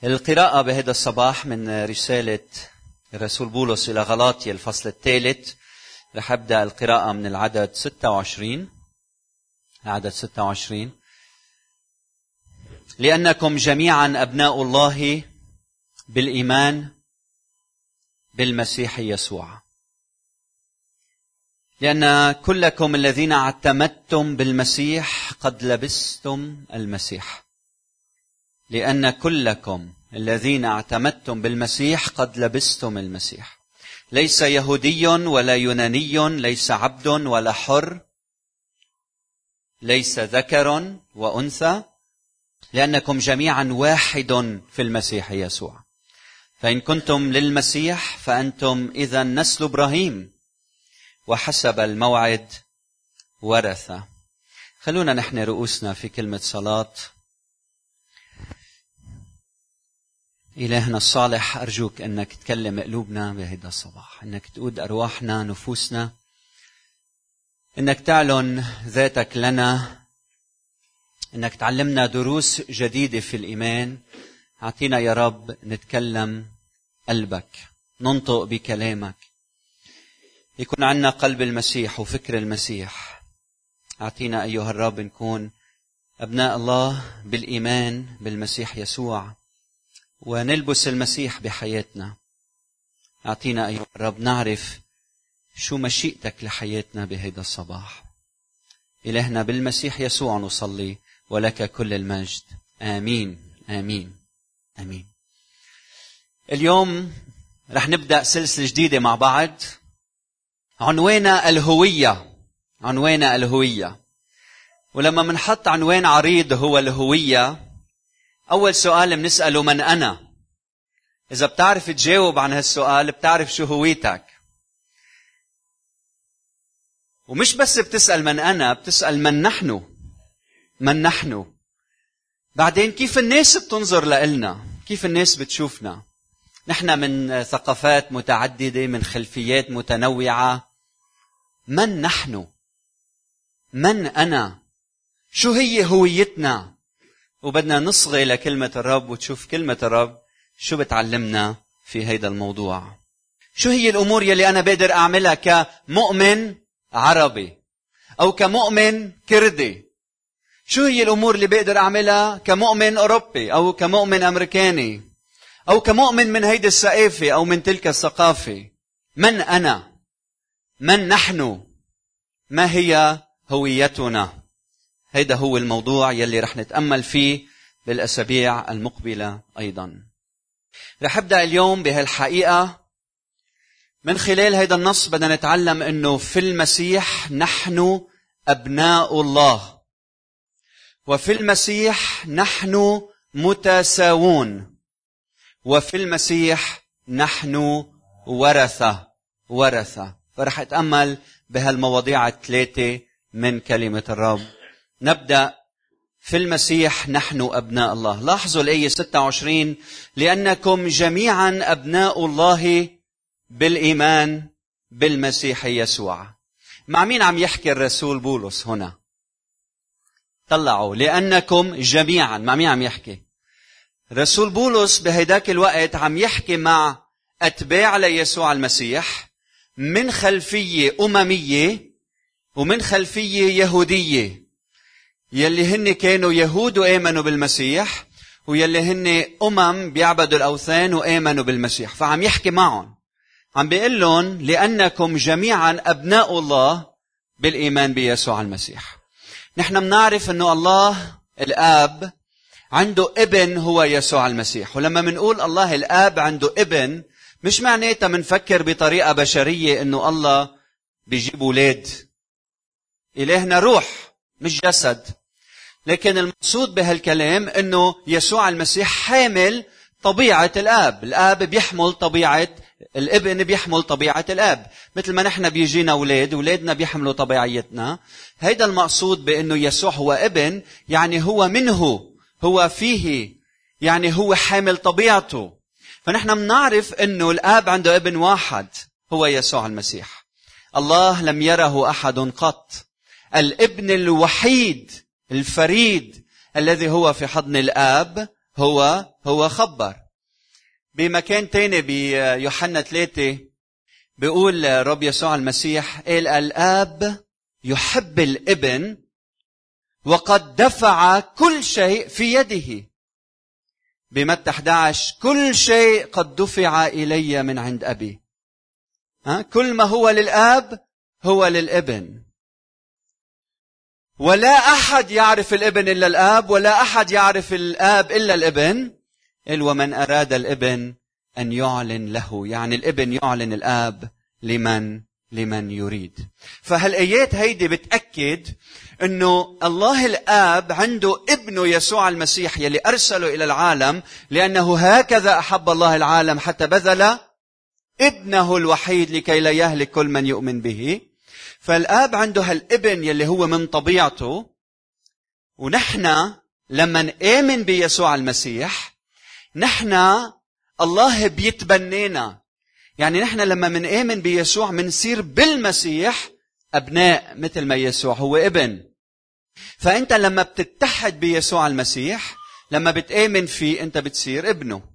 القراءة بهذا الصباح من رسالة الرسول بولس إلى غلاطيا الفصل 3. رح أبدأ القراءة من العدد 26. لأنكم جميعا أبناء الله بالإيمان بالمسيح يسوع، لأن كلكم الذين اعتمدتم بالمسيح قد لبستم المسيح. لأن كلكم الذين اعتمدتم بالمسيح قد لبستم المسيح. ليس يهودي ولا يوناني، ليس عبد ولا حر، ليس ذكر وأنثى، لأنكم جميعا واحد في المسيح يسوع. فإن كنتم للمسيح فأنتم إذن نسل إبراهيم وحسب الموعد ورثة. خلونا نحن رؤوسنا في كلمة صلاة. إلهنا الصالح، أرجوك أنك تكلم قلوبنا بهذا الصباح، أنك تقود أرواحنا نفوسنا، أنك تعلن ذاتك لنا، أنك تعلمنا دروس جديدة في الإيمان. أعطينا يا رب نتكلم قلبك، ننطق بكلامك، يكون عنا قلب المسيح وفكر المسيح. أعطينا أيها الرب نكون أبناء الله بالإيمان بالمسيح يسوع ونلبس المسيح بحياتنا. أعطينا أيها الرب نعرف شو مشيئتك لحياتنا بهذا الصباح. إلهنا بالمسيح يسوع نصلي، ولك كل المجد. آمين آمين آمين. اليوم رح نبدأ سلسلة جديدة مع بعض، عنوانها الهوية. ولما منحط عنوان عريض هو الهوية، أول سؤال منسأله من أنا؟ إذا بتعرف تجاوب عن هالسؤال بتعرف شو هويتك. ومش بس بتسأل من أنا، بتسأل من نحن. بعدين كيف الناس بتنظر لإلنا، كيف الناس بتشوفنا. نحن من ثقافات متعددة، من خلفيات متنوعة. من نحن؟ من أنا؟ شو هي هويتنا؟ وبدنا نصغي لكلمة الرب وتشوف كلمة الرب شو بتعلمنا في هيدا الموضوع. شو هي الأمور يلي أنا بقدر أعملها كمؤمن عربي أو كمؤمن كردي؟ شو هي الأمور اللي بقدر أعملها كمؤمن أوروبي أو كمؤمن أمريكاني أو كمؤمن من هيدا الثقافة أو من تلك الثقافة؟ من أنا؟ من نحن؟ ما هي هويتنا؟ هيدا هو الموضوع يلي رح نتأمل فيه بالأسابيع المقبلة أيضا. رح أبدأ اليوم بهالحقيقة. من خلال هيدا النص بدنا نتعلم أنه في المسيح نحن أبناء الله، وفي المسيح نحن متساوون، وفي المسيح نحن ورثة. فرح أتأمل بهالمواضيع الثلاثة من كلمة الرب. نبدأ في المسيح نحن أبناء الله. لاحظوا الآية 26: لأنكم جميعا أبناء الله بالإيمان بالمسيح يسوع. مع مين عم يحكي الرسول بولس هنا؟ طلعوا، لأنكم جميعا، مع مين عم يحكي؟ رسول بولس بهيداك الوقت عم يحكي مع أتباع ليسوع المسيح من خلفية أممية ومن خلفية يهودية، يلي هن كانوا يهود وآمنوا بالمسيح، ويلي هن بيعبدوا الأوثان وآمنوا بالمسيح. فعم يحكي معهم، عم بيقول لهم لأنكم جميعا أبناء الله بالإيمان بيسوع المسيح. نحن بنعرف أنه الله الآب عنده ابن هو يسوع المسيح. ولما منقول الله الآب عنده ابن، مش معناتها منفكر بطريقة بشرية أنه الله بيجيب أولاد. إلهنا روح مش جسد، لكن المقصود بهالكلام أنه يسوع المسيح حامل طبيعة الآب. الآب بيحمل طبيعة الابن، بيحمل طبيعة الآب. مثل ما نحن بيجينا أولادنا بيحملوا طبيعيتنا. هيدا المقصود بأنه يسوع هو ابن، يعني هو منه، هو فيه، يعني هو حامل طبيعته. فنحن بنعرف أنه الآب عنده ابن واحد هو يسوع المسيح. الله لم يره أحد قط. الابن الوحيد الفريد الذي هو في حضن الآب هو خبر. بمكان تاني بيوحنا 3 بيقول رب يسوع المسيح قال الآب يحب الابن وقد دفع كل شيء في يده. بمتى 11 كل شيء قد دفع إلي من عند أبي. كل ما هو للآب هو للابن. ولا أحد يعرف الابن إلا الآب، ولا أحد يعرف الآب إلا الابن. ومن أراد الابن أن يعلن له، يعني الابن يعلن الآب لمن يريد. فهالآيات هيدي بتأكد أنه الله الآب عنده ابنه يسوع المسيح يلي أرسله إلى العالم، لأنه هكذا أحب الله العالم حتى بذل ابنه الوحيد لكي لا يهلك كل من يؤمن به. فالآب عنده هالابن يلي هو من طبيعته، ونحن لما نآمن بيسوع المسيح نحن الله بيتبنينا. يعني نحن لما منآمن بيسوع منصير بالمسيح أبناء مثل ما يسوع هو ابن. فأنت لما بتتحد بيسوع المسيح، لما بتآمن فيه أنت بتصير ابنه.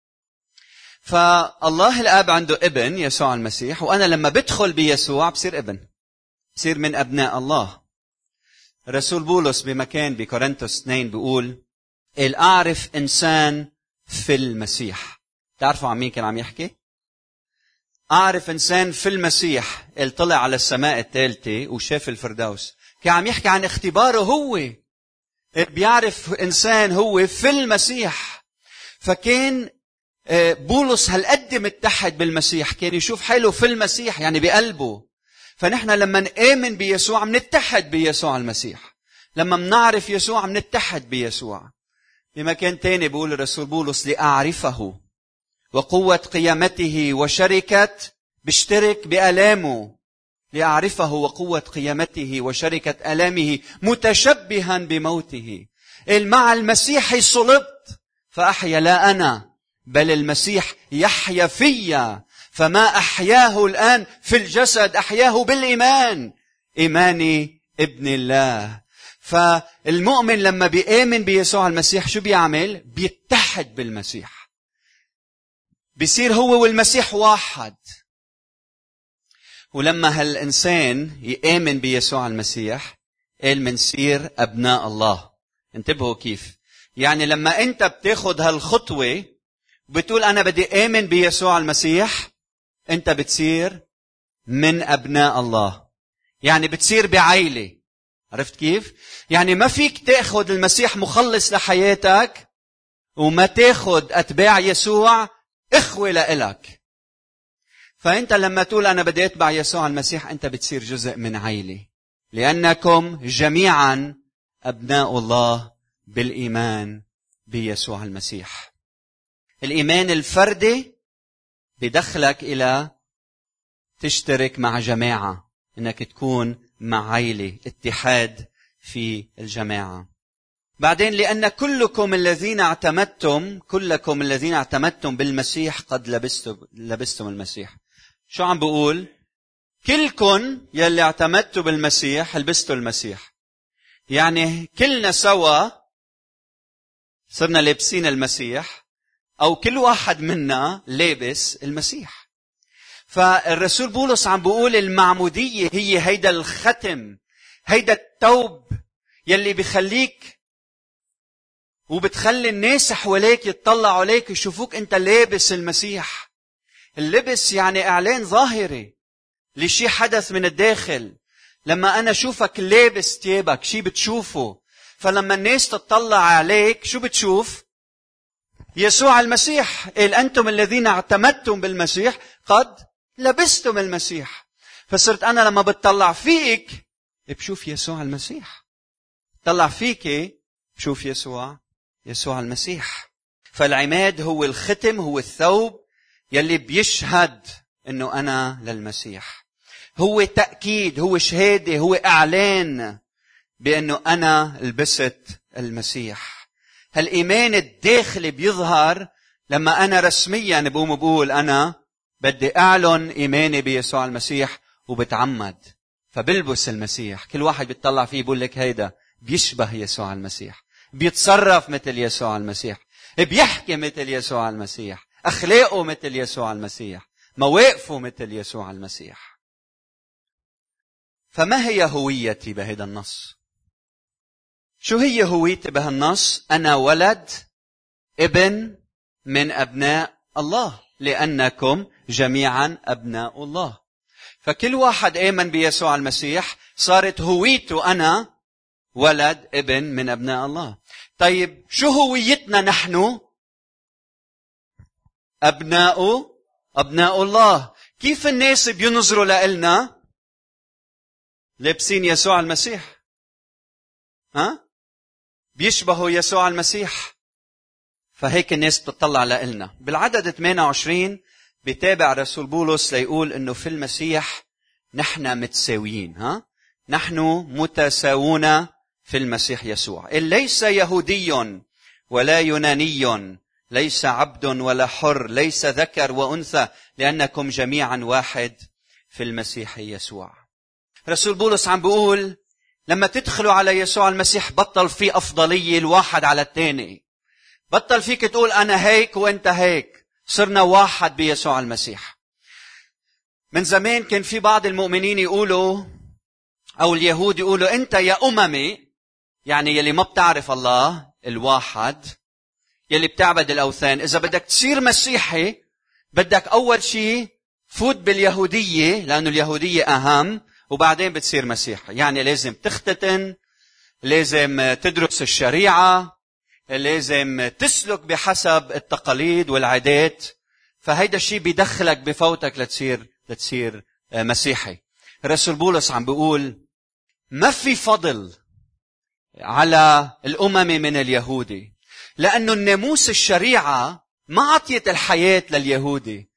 فالله الآب عنده ابن يسوع المسيح، وأنا لما بدخل بيسوع بصير ابن، بصير من أبناء الله. رسول بولس بمكان بكورنثوس 2 بيقول أعرف إنسان في المسيح. تعرفوا عن مين كان عم يحكي؟ أعرف إنسان في المسيح. طلع على السماء الثالثة وشاف الفردوس. كان عم يحكي عن اختباره هو. بيعرف إنسان هو في المسيح. فكان بولس هالقد متحد بالمسيح، كان يشوف حاله في المسيح يعني بقلبه. فنحن لما نآمن بيسوع منتحد بيسوع المسيح. لما منعرف يسوع منتحد بيسوع. بمكان تاني بيقول الرسول بولس لأعرفه وقوة قيامته وشركة، باشترك بآلامه. لأعرفه وقوة قيامته وشركة آلامه متشبها بموته. مع المسيح صلبت فأحيا لا أنا بل المسيح يحيا فيا. فما أحياه الآن في الجسد أحياه بالإيمان، إيماني ابن الله. فالمؤمن لما بيآمن بيسوع المسيح شو بيعمل؟ بيتحد بالمسيح، بيصير هو والمسيح واحد. ولما هالإنسان يآمن بيسوع المسيح منصير أبناء الله. انتبهوا كيف. يعني لما أنت بتاخد هالخطوة بتقول أنا بدي آمن بيسوع المسيح، أنت بتصير من أبناء الله. يعني بتصير بعيلة. عرفت كيف؟ يعني ما فيك تأخذ المسيح مخلص لحياتك وما تأخذ أتباع يسوع إخوة لإلك. فأنت لما تقول أنا بدي أتبع يسوع المسيح أنت بتصير جزء من عيلة، لأنكم جميعا أبناء الله بالإيمان بيسوع المسيح. الإيمان الفردي بدخلك إلى تشترك مع جماعة، إنك تكون مع عيلة، اتحاد في الجماعة. بعدين لأن كلكم الذين اعتمدتم بالمسيح قد لبستم المسيح. شو عم بقول؟ كلكم يلي اعتمدتوا بالمسيح لبستوا المسيح. يعني كلنا سوا صرنا لابسين المسيح، أو كل واحد منا لابس المسيح. فالرسول بولس عم بيقول المعمودية هي هيدا الختم، هيدا الثوب يلي بيخليك وبتخلي الناس حواليك يتطلعوا عليك يشوفوك انت لابس المسيح. اللبس يعني اعلان ظاهري لشي حدث من الداخل. لما انا اشوفك لابس ثيابك شي بتشوفه. فلما الناس تتطلع عليك شو بتشوف؟ يسوع المسيح. أنتم الذين اعتمدتم بالمسيح قد لبستم المسيح. فصرت أنا لما بتطلع فيك بشوف يسوع المسيح، طلع فيك بشوف يسوع المسيح. فالعماد هو الختم، هو الثوب يلي بيشهد أنه أنا للمسيح. هو تأكيد، هو شهادة، هو إعلان بأنه أنا لبست المسيح. هالإيمان الداخلي بيظهر لما أنا رسميا بقول أنا بدي أعلن إيماني بيسوع المسيح وبتعمد، فبلبس المسيح. كل واحد بيطلع فيه بيقول لك هيدا بيشبه يسوع المسيح، بيتصرف مثل يسوع المسيح. بيحكي مثل يسوع المسيح، أخلاقه مثل يسوع المسيح، مواقفه مثل يسوع المسيح. فما هي هويتي بهذا النص؟ شو هي هويتي بهالنص؟ أنا ولد ابن من أبناء الله، لأنكم جميعا أبناء الله. فكل واحد آمن بيسوع المسيح صارت هويته أنا ولد ابن من أبناء الله. طيب شو هويتنا نحن؟ أبناء الله. كيف الناس بينظروا لنا؟ لابسين يسوع المسيح، بيشبهوا يسوع المسيح، فهيك الناس بتطلع لنا. بالعدد 28 بيتابع رسول بولس ليقول انه في المسيح نحن متساويين، نحن متساوون في المسيح يسوع. ليس يهودي ولا يوناني، ليس عبد ولا حر، ليس ذكر وأنثى، لأنكم جميعا واحد في المسيح يسوع. رسول بولس عم بيقول لما تدخلوا على يسوع المسيح بطل في أفضلية الواحد على الثاني. بطل فيك تقول أنا هيك وأنت هيك، صرنا واحد بيسوع المسيح. من زمان كان في بعض المؤمنين يقولوا أو اليهود يقولوا أنت يا أممي، يعني يلي ما بتعرف الله الواحد، يلي بتعبد الأوثان، إذا بدك تصير مسيحي بدك أول شيء فوت باليهودية، لأنه اليهودية أهم، وبعدين بتصير مسيحي. يعني لازم تختتن، لازم تدرس الشريعة، لازم تسلك بحسب التقاليد والعادات. فهيدا الشيء بيدخلك بفوتك لتصير مسيحي. رسول بولس عم بيقول ما في فضل على الأمم من اليهودي، لأنه الناموس الشريعة ما عطيت الحياة لليهودي.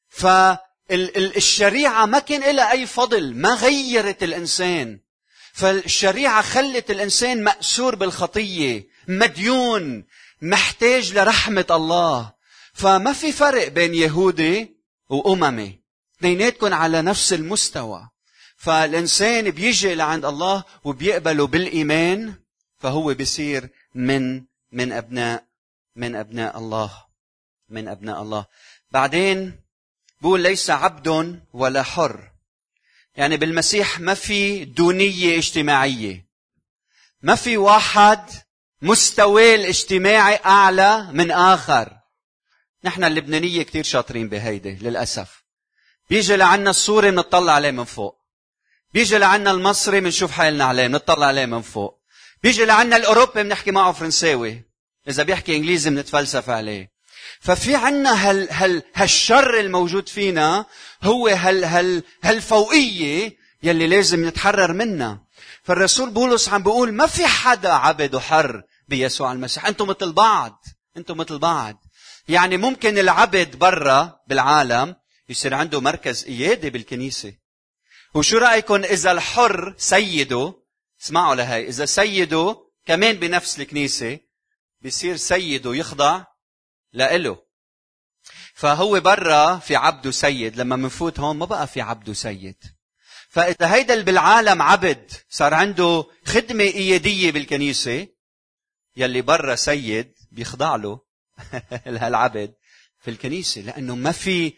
فالشريعة ما كان لها أي فضل، ما غيرت الإنسان. فالشريعة خلت الإنسان مأسور بالخطية، مديون، محتاج لرحمة الله. فما في فرق بين يهودي وأممي، اثنيناتكم على نفس المستوى. فالإنسان بيجي لعند الله وبيقبله بالإيمان، فهو بيصير من أبناء الله. بعدين بقول ليس عبد ولا حر. يعني بالمسيح ما في دونية اجتماعية، ما في واحد مستوى الاجتماعي أعلى من آخر. نحن اللبنانية كتير شاطرين بهيدي للأسف. بيجي لعنا السوري منطلع عليه من فوق، بيجي لعنا المصري منشوف حالنا عليه منطلع عليه من فوق، بيجي لعنا الأوروبي منحكي معه فرنساوي، إذا بيحكي إنجليزي منتفلسف عليه. ففي عنا هالشر الموجود فينا، هو هالفوقية يلي لازم نتحرر منها. فالرسول بولس عم بيقول ما في حدا عبد وحر بيسوع المسيح، أنتم مثل بعض. يعني ممكن العبد برا بالعالم يصير عنده مركز قيادة بالكنيسة. وشو رأيكم إذا الحر سيده، اسمعوا لهي، إذا سيده كمان بنفس الكنيسة بيصير سيده يخضع لإله. فهو برا في عبد وسيد، لما منفوت هون ما بقى في عبد وسيد. فإذا هيدا اللي بالعالم عبد صار عنده خدمة قيادية بالكنيسة، يلي برا سيد بيخضع له العبد في الكنيسة، لأنه ما في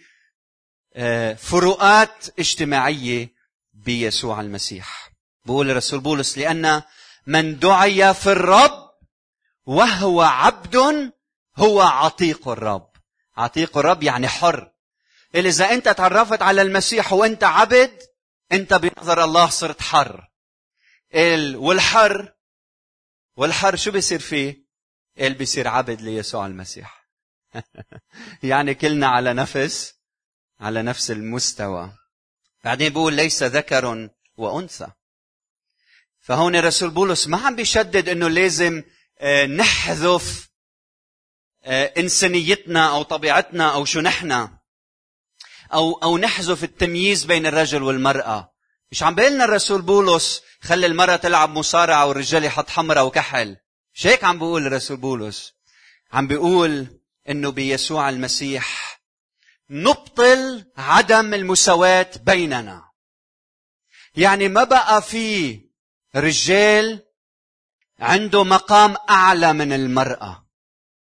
فروقات اجتماعية بيسوع المسيح. بقول الرسول بولس لأن من دعي في الرب وهو عبد هو عتيق الرب. عتيق الرب يعني حر. إذا أنت تعرفت على المسيح وأنت عبد، أنت بنظر الله صرت حر. والحر شو بيصير فيه؟ بيصير عبد ليسوع المسيح. يعني كلنا على نفس المستوى. بعدين بقول ليس ذكر وأنثى. فهون الرسول بولس ما عم بيشدد أنه لازم نحذف إنسانيتنا أو طبيعتنا أو شو نحن، أو نحذف التمييز بين الرجل والمرأة. مش عم بيقلنا الرسول بولس خلي المرأة تلعب مصارعة والرجال يحط حمرة وكحل. مش هيك عم بيقول الرسول بولس. عم بيقول إنه بيسوع المسيح نبطل عدم المساواة بيننا. يعني ما بقى في رجال عنده مقام أعلى من المرأة.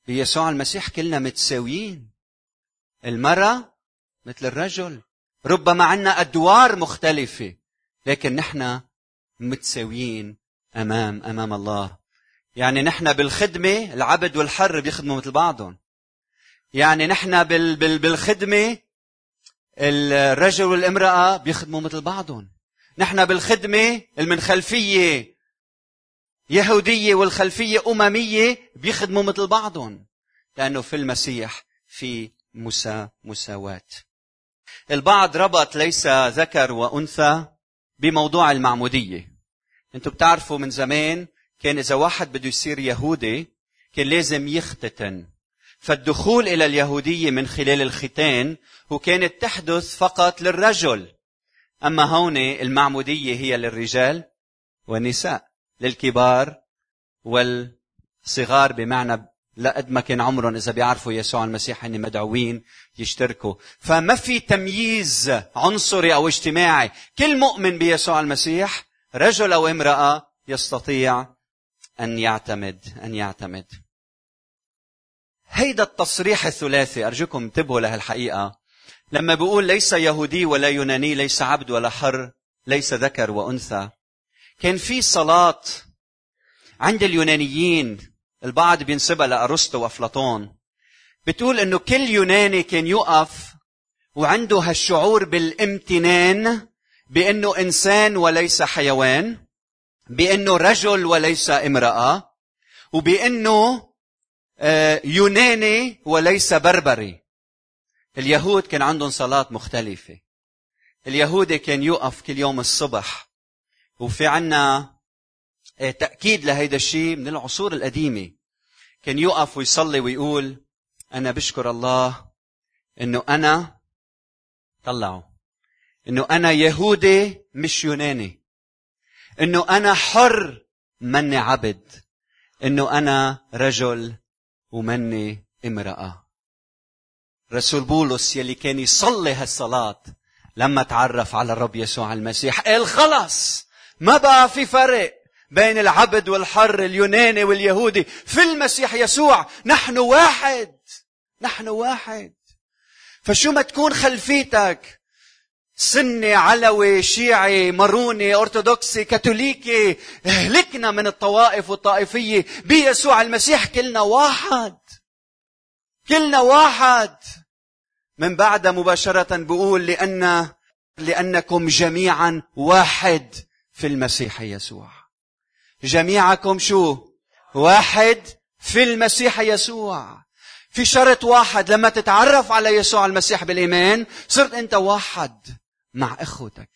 بيسوع المسيح كلنا متساويين. المرأة مثل الرجل، ربما عنا أدوار مختلفة، لكن نحن متساويين أمام الله. يعني نحن بالخدمة العبد والحر بيخدموا مثل بعضهم. يعني نحن بالخدمة الرجل والامرأة بيخدموا مثل بعضهم. نحن بالخدمة من خلفية يهودية والخلفية أممية بيخدموا مثل بعضهم، لأنه في المسيح في مساواة. البعض ربط ليس ذكر وأنثى بموضوع المعمودية. انتوا بتعرفوا من زمان كان إذا واحد بده يصير يهودي كان لازم يختتن، فالدخول إلى اليهودية من خلال الختان وكانت تحدث فقط للرجل. أما هون المعمودية هي للرجال والنساء، للكبار والصغار، بمعنى لقد ما كان عمرهم إذا بيعرفوا يسوع المسيح هن مدعوين يشتركوا. فما في تمييز عنصري أو اجتماعي. كل مؤمن بيسوع المسيح رجل أو امرأة يستطيع أن يعتمد. هيدا التصريح الثلاثي أرجوكم انتبهوا لهالحقيقة. لما بيقول ليس يهودي ولا يوناني، ليس عبد ولا حر، ليس ذكر وأنثى، كان في صلاة عند اليونانيين البعض بينسبها لأرسطو وأفلاطون، بتقول إنه كل يوناني كان يقف وعنده هالشعور بالامتنان بأنه إنسان وليس حيوان، بأنه رجل وليس امرأة، وبأنه يوناني وليس بربري. اليهود كان عندهم صلاة مختلفة. اليهودي كان يقف كل يوم الصبح، وفي عنا تأكيد لهيدا الشيء من العصور القديمة. كان يقف ويصلي ويقول أنا بشكر الله إنه أنا يهودي مش يوناني، إنه أنا حر مني عبد، إنه أنا رجل ومني امرأة. رسول بولس يلي كان يصلي هالصلاة لما تعرف على الرب يسوع المسيح قال خلص ما بقى في فرق بين العبد والحر، اليوناني واليهودي، في المسيح يسوع نحن واحد. فشو ما تكون خلفيتك، سني، علوي، شيعي، ماروني، أرثوذكسي، كاثوليكي، هلكنا من الطوائف والطائفية. بيسوع المسيح كلنا واحد. من بعد مباشرة بقول لأنكم جميعا واحد في المسيح يسوع. جميعكم شو؟ واحد في المسيح يسوع. في شرط واحد، لما تتعرف على يسوع المسيح بالإيمان صرت أنت واحد مع أخوتك.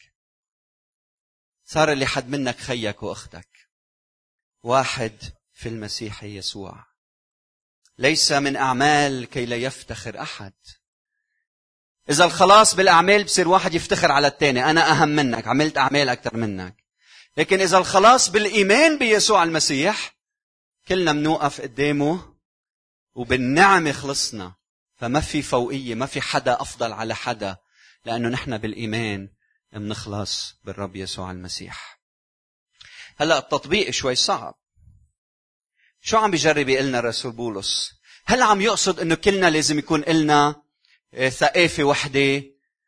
صار اللي حد منك خيك وأختك. واحد في المسيح يسوع. ليس من أعمال كي لا يفتخر أحد. إذا الخلاص بالأعمال بصير واحد يفتخر على التاني، أنا أهم منك، عملت أعمال أكثر منك. لكن إذا الخلاص بالإيمان بيسوع المسيح كلنا منوقف قدامه وبالنعمة خلصنا. فما في فوقية، ما في حدا أفضل على حدا، لأنه نحن بالإيمان منخلص بالرب يسوع المسيح. هلأ التطبيق شوي صعب. شو عم بيجرب يقلنا الرسول بولس؟ هل عم يقصد أنه كلنا لازم يكون لنا ثقافة وحدة،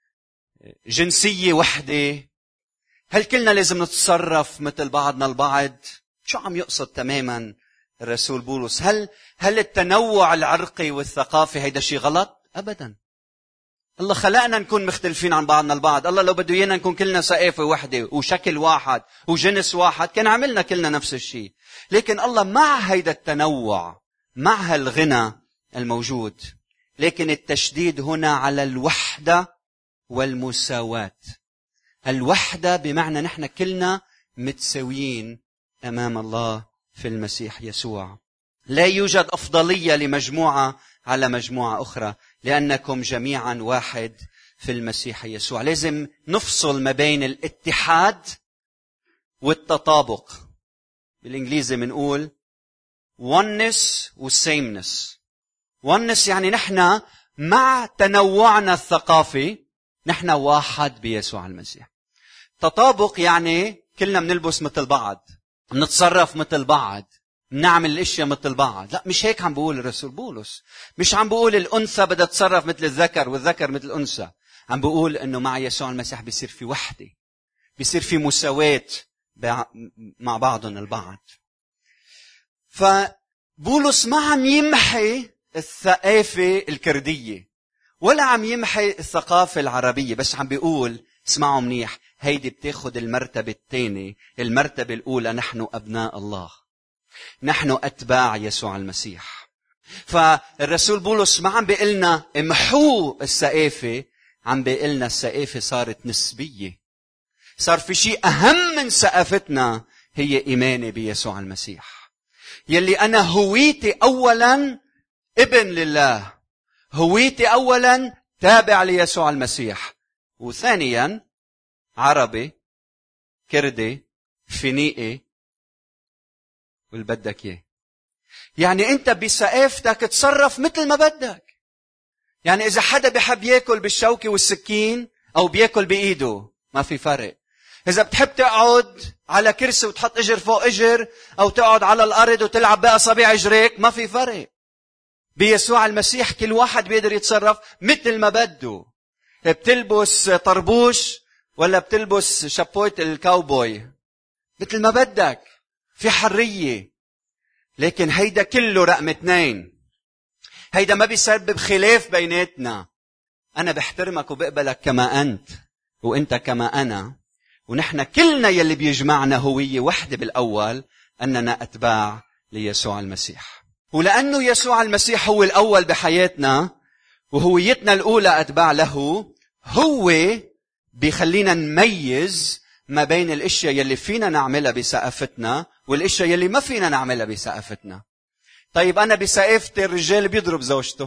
جنسية وحدة؟ هل كلنا لازم نتصرف مثل بعضنا البعض؟ شو عم يقصد تماما الرسول بولس؟ هل التنوع العرقي والثقافي هيدا شيء غلط؟ أبدا. الله خلقنا نكون مختلفين عن بعضنا البعض. الله لو بده إيانا نكون كلنا ثقافة واحدة وشكل واحد وجنس واحد كان عملنا كلنا نفس الشيء. لكن الله مع هيدا التنوع، مع هالغنى الموجود، لكن التشديد هنا على الوحدة والمساواة. الوحدة بمعنى نحن كلنا متساويين أمام الله في المسيح يسوع. لا يوجد أفضلية لمجموعة على مجموعة أخرى، لأنكم جميعا واحد في المسيح يسوع. لازم نفصل ما بين الاتحاد والتطابق. بالإنجليزي بنقول oneness و sameness. oneness يعني نحن مع تنوعنا الثقافي نحن واحد بيسوع المسيح. تطابق يعني كلنا بنلبس مثل بعض، بنتصرف مثل بعض، نعمل الاشياء مثل بعض. لا، مش هيك عم بقول الرسول بولس. مش عم بقول الانثى بدها تتصرف مثل الذكر والذكر مثل الانثى. عم بقول انه مع يسوع المسيح بيصير في وحده، بيصير في مساواة مع بعضهم البعض. فبولس ما عم يمحي الثقافة الكردية ولا عم يمحي الثقافة العربية، بس عم بيقول اسمعوا منيح، هيدي بتاخد المرتبة الثانية. المرتبة الأولى نحن أبناء الله، نحن أتباع يسوع المسيح. فالرسول بولس ما عم بيقلنا امحوا الثقافة، عم بيقلنا الثقافة صارت نسبية. صار في شيء أهم من ثقافتنا، هي إيماني بيسوع المسيح. يلي أنا هويتي أولا ابن لله، هويتي أولا تابع ليسوع المسيح، وثانيا عربي، كردي، فينيقي، واللي بدك اياه. يعني انت بثقافتك تصرف مثل ما بدك. يعني اذا حدا بيحب ياكل بالشوكة والسكين او بياكل بايده ما في فرق. اذا بتحب تقعد على كرسي وتحط اجر فوق اجر او تقعد على الارض وتلعب باصابع اجريك ما في فرق. بيسوع المسيح كل واحد بيقدر يتصرف مثل ما بده. بتلبس طربوش ولا بتلبس شابوت الكاوبوي مثل ما بدك، في حرية. لكن هيدا كله رقم 2. هيدا ما بيسبب خلاف بيناتنا. أنا بحترمك وبقبلك كما أنت وأنت كما أنا، ونحن كلنا يلي بيجمعنا هوية وحدة بالأول، أننا أتباع ليسوع المسيح. ولأنه يسوع المسيح هو الأول بحياتنا وهويتنا الأولى أتباع له، هو بيخلينا نميز ما بين الاشياء يلي فينا نعملها بثقافتنا والاشياء يلي ما فينا نعملها بثقافتنا. طيب انا بثقافتي الرجال بيضرب زوجته،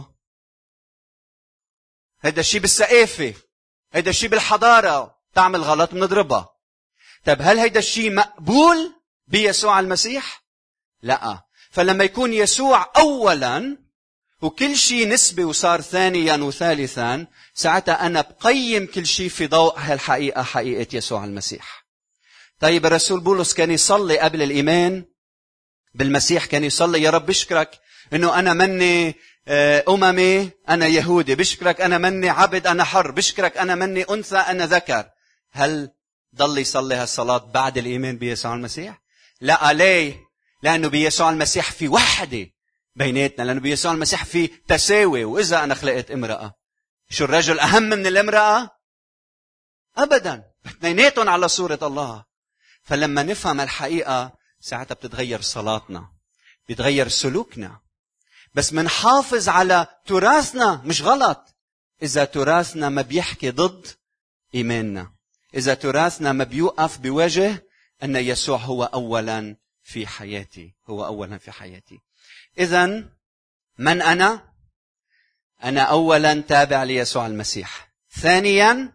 هيدا الشيء بالثقافه، هيدا الشيء بالحضاره، تعمل غلط بنضربها. طيب هل هيدا الشيء مقبول بيسوع المسيح؟ لا. فلما يكون يسوع اولا وكل شيء نسبي وصار ثانيا وثالثا، ساعتها أنا بقيم كل شيء في ضوء هالحقيقة، حقيقة يسوع المسيح. طيب الرسول بولس كان يصلي قبل الإيمان بالمسيح، كان يصلي يا رب بشكرك إنه أنا مني أممي أنا يهودي، بشكرك أنا مني عبد أنا حر، بشكرك أنا مني أنثى أنا ذكر. هل ضل يصلي هالصلاة بعد الإيمان بيسوع المسيح؟ لا. ليه؟ لأنه بيسوع المسيح في وحدة بيناتنا، لأنه بيسوع المسيح في تساوي. وإذا أنا خلقت امرأة، شو الرجل أهم من الامرأة؟ أبدا، اثنيناتهم على صورة الله. فلما نفهم الحقيقة ساعتها بتتغير صلاتنا، بيتغير سلوكنا. بس منحافظ على تراثنا، مش غلط إذا تراثنا ما بيحكي ضد إيماننا، إذا تراثنا ما بيوقف بوجه أن يسوع هو أولا في حياتي، هو أولا في حياتي. إذن من أنا؟ أنا أولا تابع ليسوع المسيح. ثانيا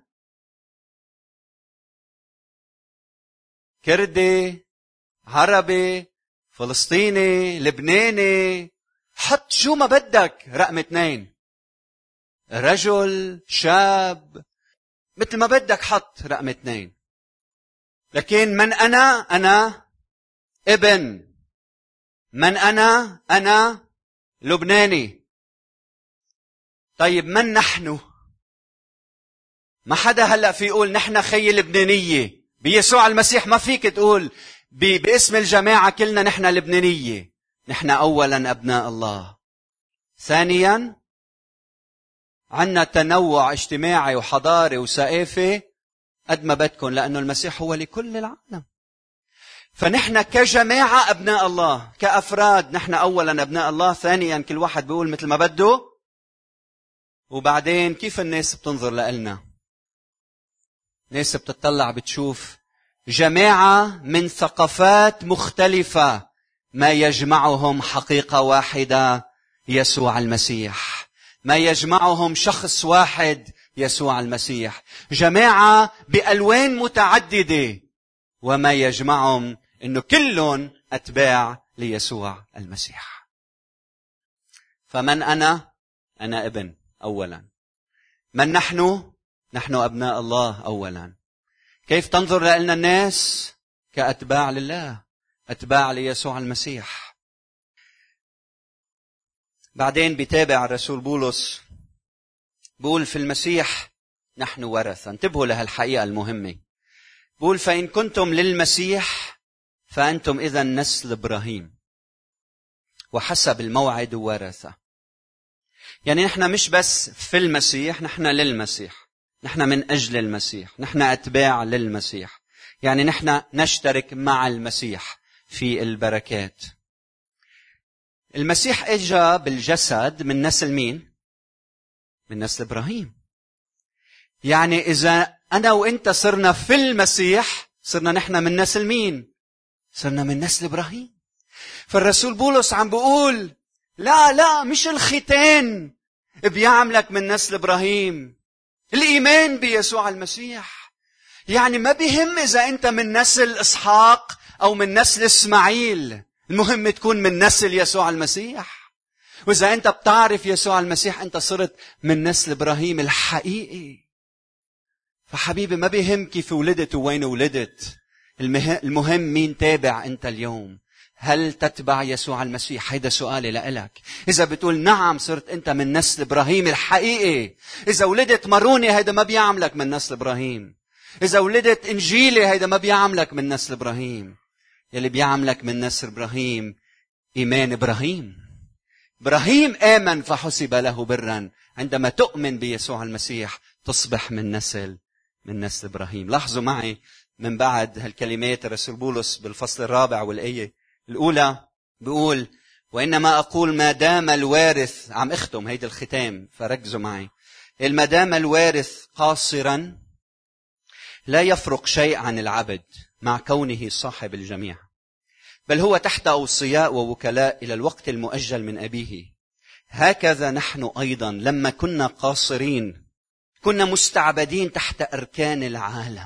كردي، عربي، فلسطيني، لبناني، حط شو ما بدك. رقم 2 رجل، شاب، مثل ما بدك حط رقم 2. لكن من أنا؟ أنا ابن. من أنا؟ أنا لبناني. طيب من نحن؟ ما حدا هلأ في يقول نحن خي لبنانية. بيسوع المسيح ما فيك تقول باسم الجماعة كلنا نحن لبنانية. نحن أولا أبناء الله. ثانيا عنا تنوع اجتماعي وحضاري وثقافي قد ما بدكم، لأنه المسيح هو لكل العالم. فنحن كجماعة أبناء الله، كأفراد نحن أولا أبناء الله. ثانيا كل واحد بيقول مثل ما بده. وبعدين كيف الناس بتنظر لنا؟ ناس بتطلع بتشوف جماعة من ثقافات مختلفة ما يجمعهم حقيقة واحدة، يسوع المسيح. ما يجمعهم شخص واحد، يسوع المسيح. جماعة بألوان متعددة وما يجمعهم إنه كلهم أتباع ليسوع المسيح. فمن أنا؟ أنا ابن أولا. من نحن؟ نحن أبناء الله أولا. كيف تنظر لنا الناس؟ كأتباع لله، أتباع ليسوع المسيح. بعدين بيتابع الرسول بولس بقول في المسيح نحن ورثة. انتبهوا لهالحقيقة المهمة. بقول فإن كنتم للمسيح فأنتم إذن نسل إبراهيم وحسب الموعد ورثة. يعني نحن مش بس في المسيح، نحن للمسيح، نحن من أجل المسيح، نحن أتباع للمسيح. يعني نحن نشترك مع المسيح في البركات. المسيح اجا بالجسد من نسل مين؟ من نسل إبراهيم. يعني إذا أنا وإنت صرنا في المسيح صرنا نحن من نسل مين؟ صرنا من نسل إبراهيم. فالرسول بولس عم بيقول لا مش الختان بيعملك من نسل إبراهيم، الإيمان بيسوع المسيح. يعني ما بيهم إذا أنت من نسل إسحاق أو من نسل إسماعيل، المهم تكون من نسل يسوع المسيح. وإذا أنت بتعرف يسوع المسيح أنت صرت من نسل إبراهيم الحقيقي. فحبيبي ما بيهم كيف ولدت ووين ولدت، المهم مين تابع أنت اليوم. هل تتبع يسوع المسيح؟ هيدا سؤالي لإلك. إذا بتقول نعم صرت أنت من نسل إبراهيم الحقيقي. إذا ولدت ماروني هيدا ما بيعملك من نسل إبراهيم. إذا ولدت إنجيلي هيدا ما بيعملك من نسل إبراهيم. يلي بيعملك من نسل إبراهيم إيمان إبراهيم. إبراهيم آمن فحسب له برا. عندما تؤمن بيسوع المسيح تصبح من نسل إبراهيم. لاحظوا معي من بعد هالكلمات الرسول بولس بالفصل 4 والآية الأولى بيقول وإنما أقول ما دام الوارث، عم أختم هيدا الختام فركزوا معي، ما دام الوارث قاصرا لا يفرق شيء عن العبد مع كونه صاحب الجميع، بل هو تحت أوصياء ووكلاء إلى الوقت المؤجل من أبيه. هكذا نحن أيضا لما كنا قاصرين كنا مستعبدين تحت أركان العالم.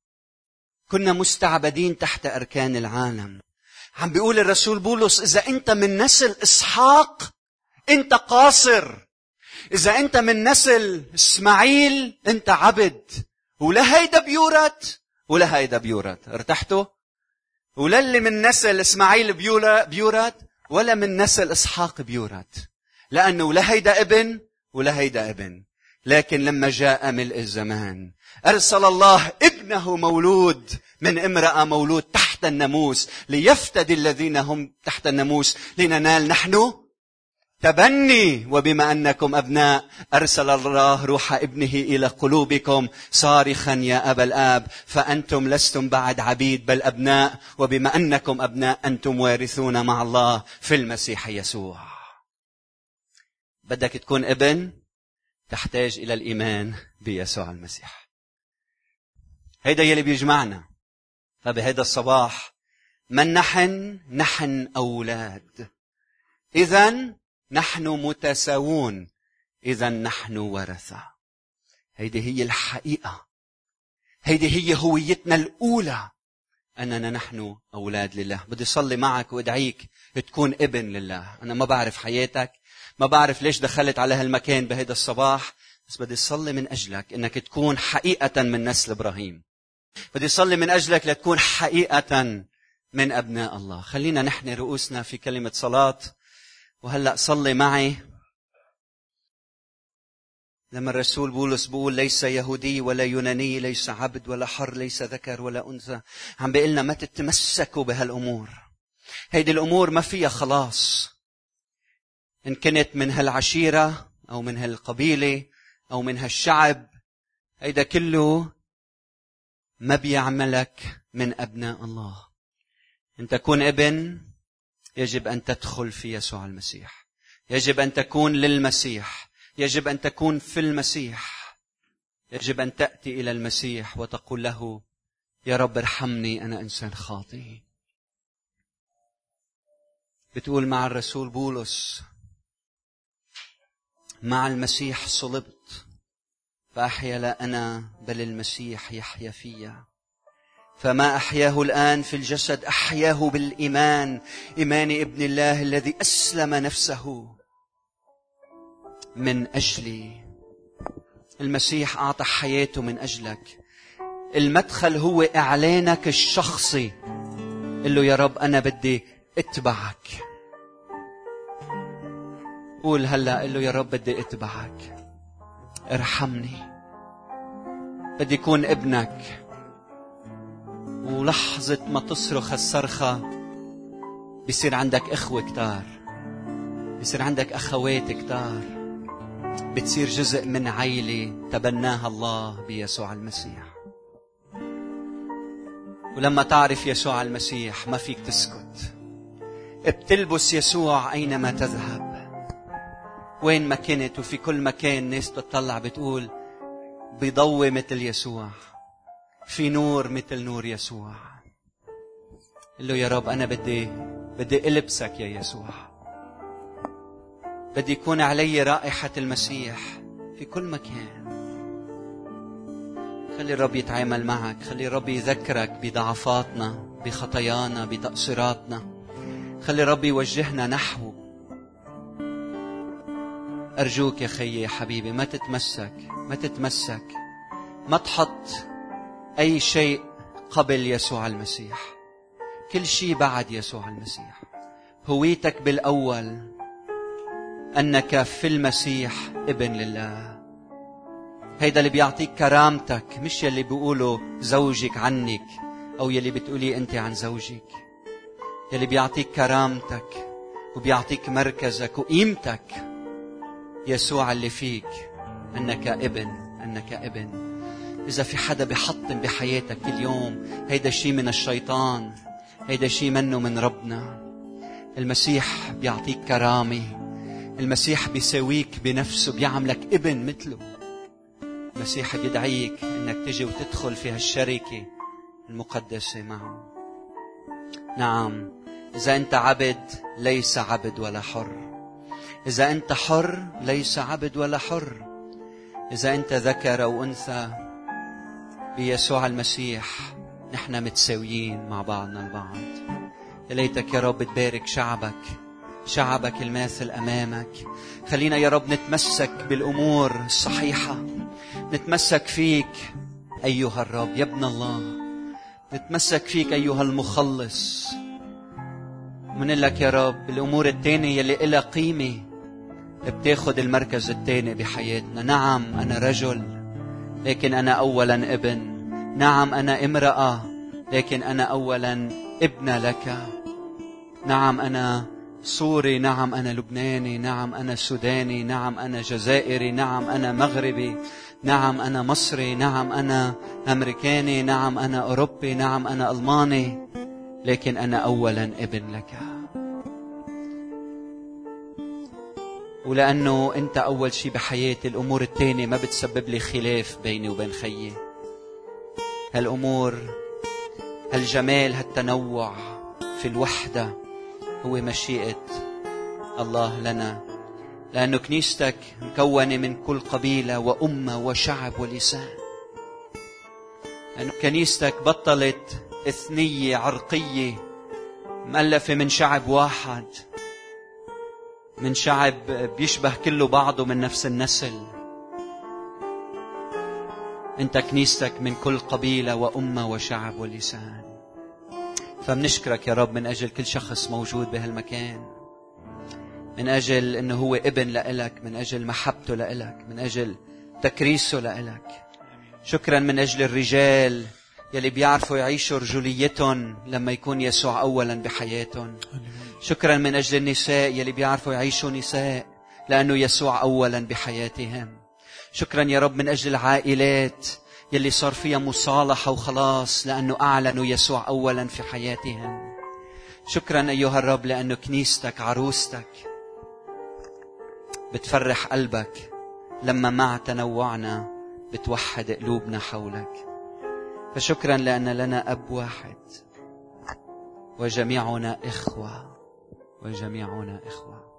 كنا مستعبدين تحت أركان العالم. عم بيقول الرسول بولس إذا أنت من نسل إسحاق أنت قاصر، إذا أنت من نسل إسماعيل أنت عبد، ولا هيدا بيورث ولا هيدا بيورث. ارتحتوا؟ ولا اللي من نسل إسماعيل بيورث ولا من نسل إسحاق بيورث، لأنه لا هيدا ابن ولا هيدا ابن. لكن لما جاء ملء الزمان أرسل الله ابنه مولود من امرأة مولود تحت الناموس ليفتدي الذين هم تحت الناموس لننال نحن تبني. وبما أنكم أبناء أرسل الله روح ابنه إلى قلوبكم صارخا يا أبا الآب، فأنتم لستم بعد عبيد بل أبناء، وبما أنكم أبناء أنتم وارثون مع الله في المسيح يسوع. بدك تكون ابن تحتاج إلى الإيمان بيسوع المسيح. هيدا يلي بيجمعنا. فبهذا الصباح من نحن أولاد، إذن نحن متساوون، إذن نحن ورثة. هيدي هي الحقيقة، هيدي هي هويتنا الأولى، أننا نحن أولاد لله. بدي صلي معك وأدعيك تكون ابن لله. أنا ما بعرف حياتك، ما بعرف ليش دخلت على هالمكان بهذا الصباح، بس بدي صلي من أجلك إنك تكون حقيقة من نسل إبراهيم. بدي صلي من أجلك لتكون حقيقة من أبناء الله. خلينا نحن رؤوسنا في كلمة صلاة. وهلأ صلي معي لما الرسول بولس بيقول ليس يهودي ولا يوناني، ليس عبد ولا حر، ليس ذكر ولا أنثى. عم بيقلنا ما تتمسكوا بهالأمور. هيدي الأمور ما فيها خلاص. إن كنت من هالعشيرة أو من هالقبيلة أو من هالشعب، هيدا كله ما بيعملك من أبناء الله. أن تكون ابن يجب أن تدخل في يسوع المسيح، يجب أن تكون للمسيح، يجب أن تكون في المسيح، يجب أن تأتي إلى المسيح وتقول له يا رب ارحمني أنا إنسان خاطئ. بتقول مع الرسول بولس مع المسيح صلبت فأحيا لا أنا بل المسيح يحيا فيا. فما أحياه الآن في الجسد أحياه بالإيمان، إيمان ابن الله الذي أسلم نفسه من أجلي. المسيح أعطى حياته من أجلك. المدخل هو إعلانك الشخصي. قل له يا رب أنا بدي أتبعك. قول هلأ، قل له يا رب بدي اتبعك، ارحمني، بدي يكون ابنك. ولحظة ما تصرخ الصرخة بيصير عندك اخوة كتار، بيصير عندك اخوات كتار، بتصير جزء من عيلة تبناها الله بيسوع المسيح. ولما تعرف يسوع المسيح ما فيك تسكت، بتلبس يسوع أينما تذهب، وين ما كنت وفي كل مكان ناس تطلع بتقول بيضوي مثل يسوع، في نور مثل نور يسوع. قل له يا رب أنا بدي ألبسك يا يسوع، بدي يكون علي رائحة المسيح في كل مكان. خلي الرب يتعامل معك، خلي الرب يذكرك بضعفاتنا، بخطايانا، بتقصيراتنا. خلي الرب يوجهنا نحوه. أرجوك يا خيي يا حبيبي، ما تتمسك، ما تحط أي شيء قبل يسوع المسيح. كل شيء بعد يسوع المسيح. هويتك بالأول أنك في المسيح ابن لله. هيدا اللي بيعطيك كرامتك، مش يلي بيقولوا زوجك عنك أو يلي بتقولي أنت عن زوجك. يلي بيعطيك كرامتك وبيعطيك مركزك وقيمتك يسوع اللي فيك، أنك ابن. إذا في حدا بيحطم بحياتك كل يوم، هيدا شيء من الشيطان، هيدا شيء منه من ربنا. المسيح بيعطيك كرامة، المسيح بيساويك بنفسه، بيعملك ابن مثله. المسيح بيدعيك انك تجي وتدخل في هالشركة المقدسة معه. نعم، إذا أنت عبد ليس عبد ولا حر، إذا أنت حر ليس عبد ولا حر، إذا أنت ذكر أو أنثى بيسوع المسيح نحن متساويين مع بعضنا البعض. يا ليتك يا رب تبارك شعبك الماثل أمامك. خلينا يا رب نتمسك بالأمور الصحيحة، نتمسك فيك أيها الرب يا ابن الله، نتمسك فيك أيها المخلص. من لك يا رب الأمور التانية اللي إلها قيمة بتاخد المركز التاني بحياتنا. نعم أنا رجل لكن أنا أولا ابن، نعم أنا امرأة لكن أنا أولا ابن لك. نعم أنا سوري، نعم أنا لبناني، نعم أنا سوداني، نعم أنا جزائري، نعم أنا مغربي، نعم أنا مصري، نعم أنا أمريكاني، نعم أنا أوروبي، نعم أنا ألماني، لكن أنا أولا ابن لك. ولأنه أنت أول شيء بحياتي، الأمور التانية ما بتسبب لي خلاف بيني وبين خيي. هالأمور، هالجمال، هالتنوع في الوحدة هو مشيئة الله لنا. لأنه كنيستك مكونة من كل قبيلة وأمة وشعب ولسان. لأنه كنيستك بطلت إثنية عرقية مؤلفة من شعب واحد، من شعب بيشبه كله بعضه من نفس النسل. أنت كنيستك من كل قبيلة وأمة وشعب ولسان. فمنشكرك يا رب من أجل كل شخص موجود بهالمكان، من أجل أنه هو ابن لإلك، من أجل محبته لإلك، من أجل تكريسه لإلك. شكرا من أجل الرجال يلي بيعرفوا يعيشوا رجوليتهم لما يكون يسوع أولا بحياتهم. شكرا من أجل النساء يلي بيعرفوا يعيشوا نساء لأنه يسوع أولا بحياتهم. شكرا يا رب من أجل العائلات يلي صار فيها مصالحة وخلاص لأنه أعلنوا يسوع أولا في حياتهم. شكرا أيها الرب لأنه كنيستك عروستك بتفرح قلبك لما مع تنوعنا بتوحد قلوبنا حولك. فشكرا لأن لنا أب واحد وجميعنا إخوة.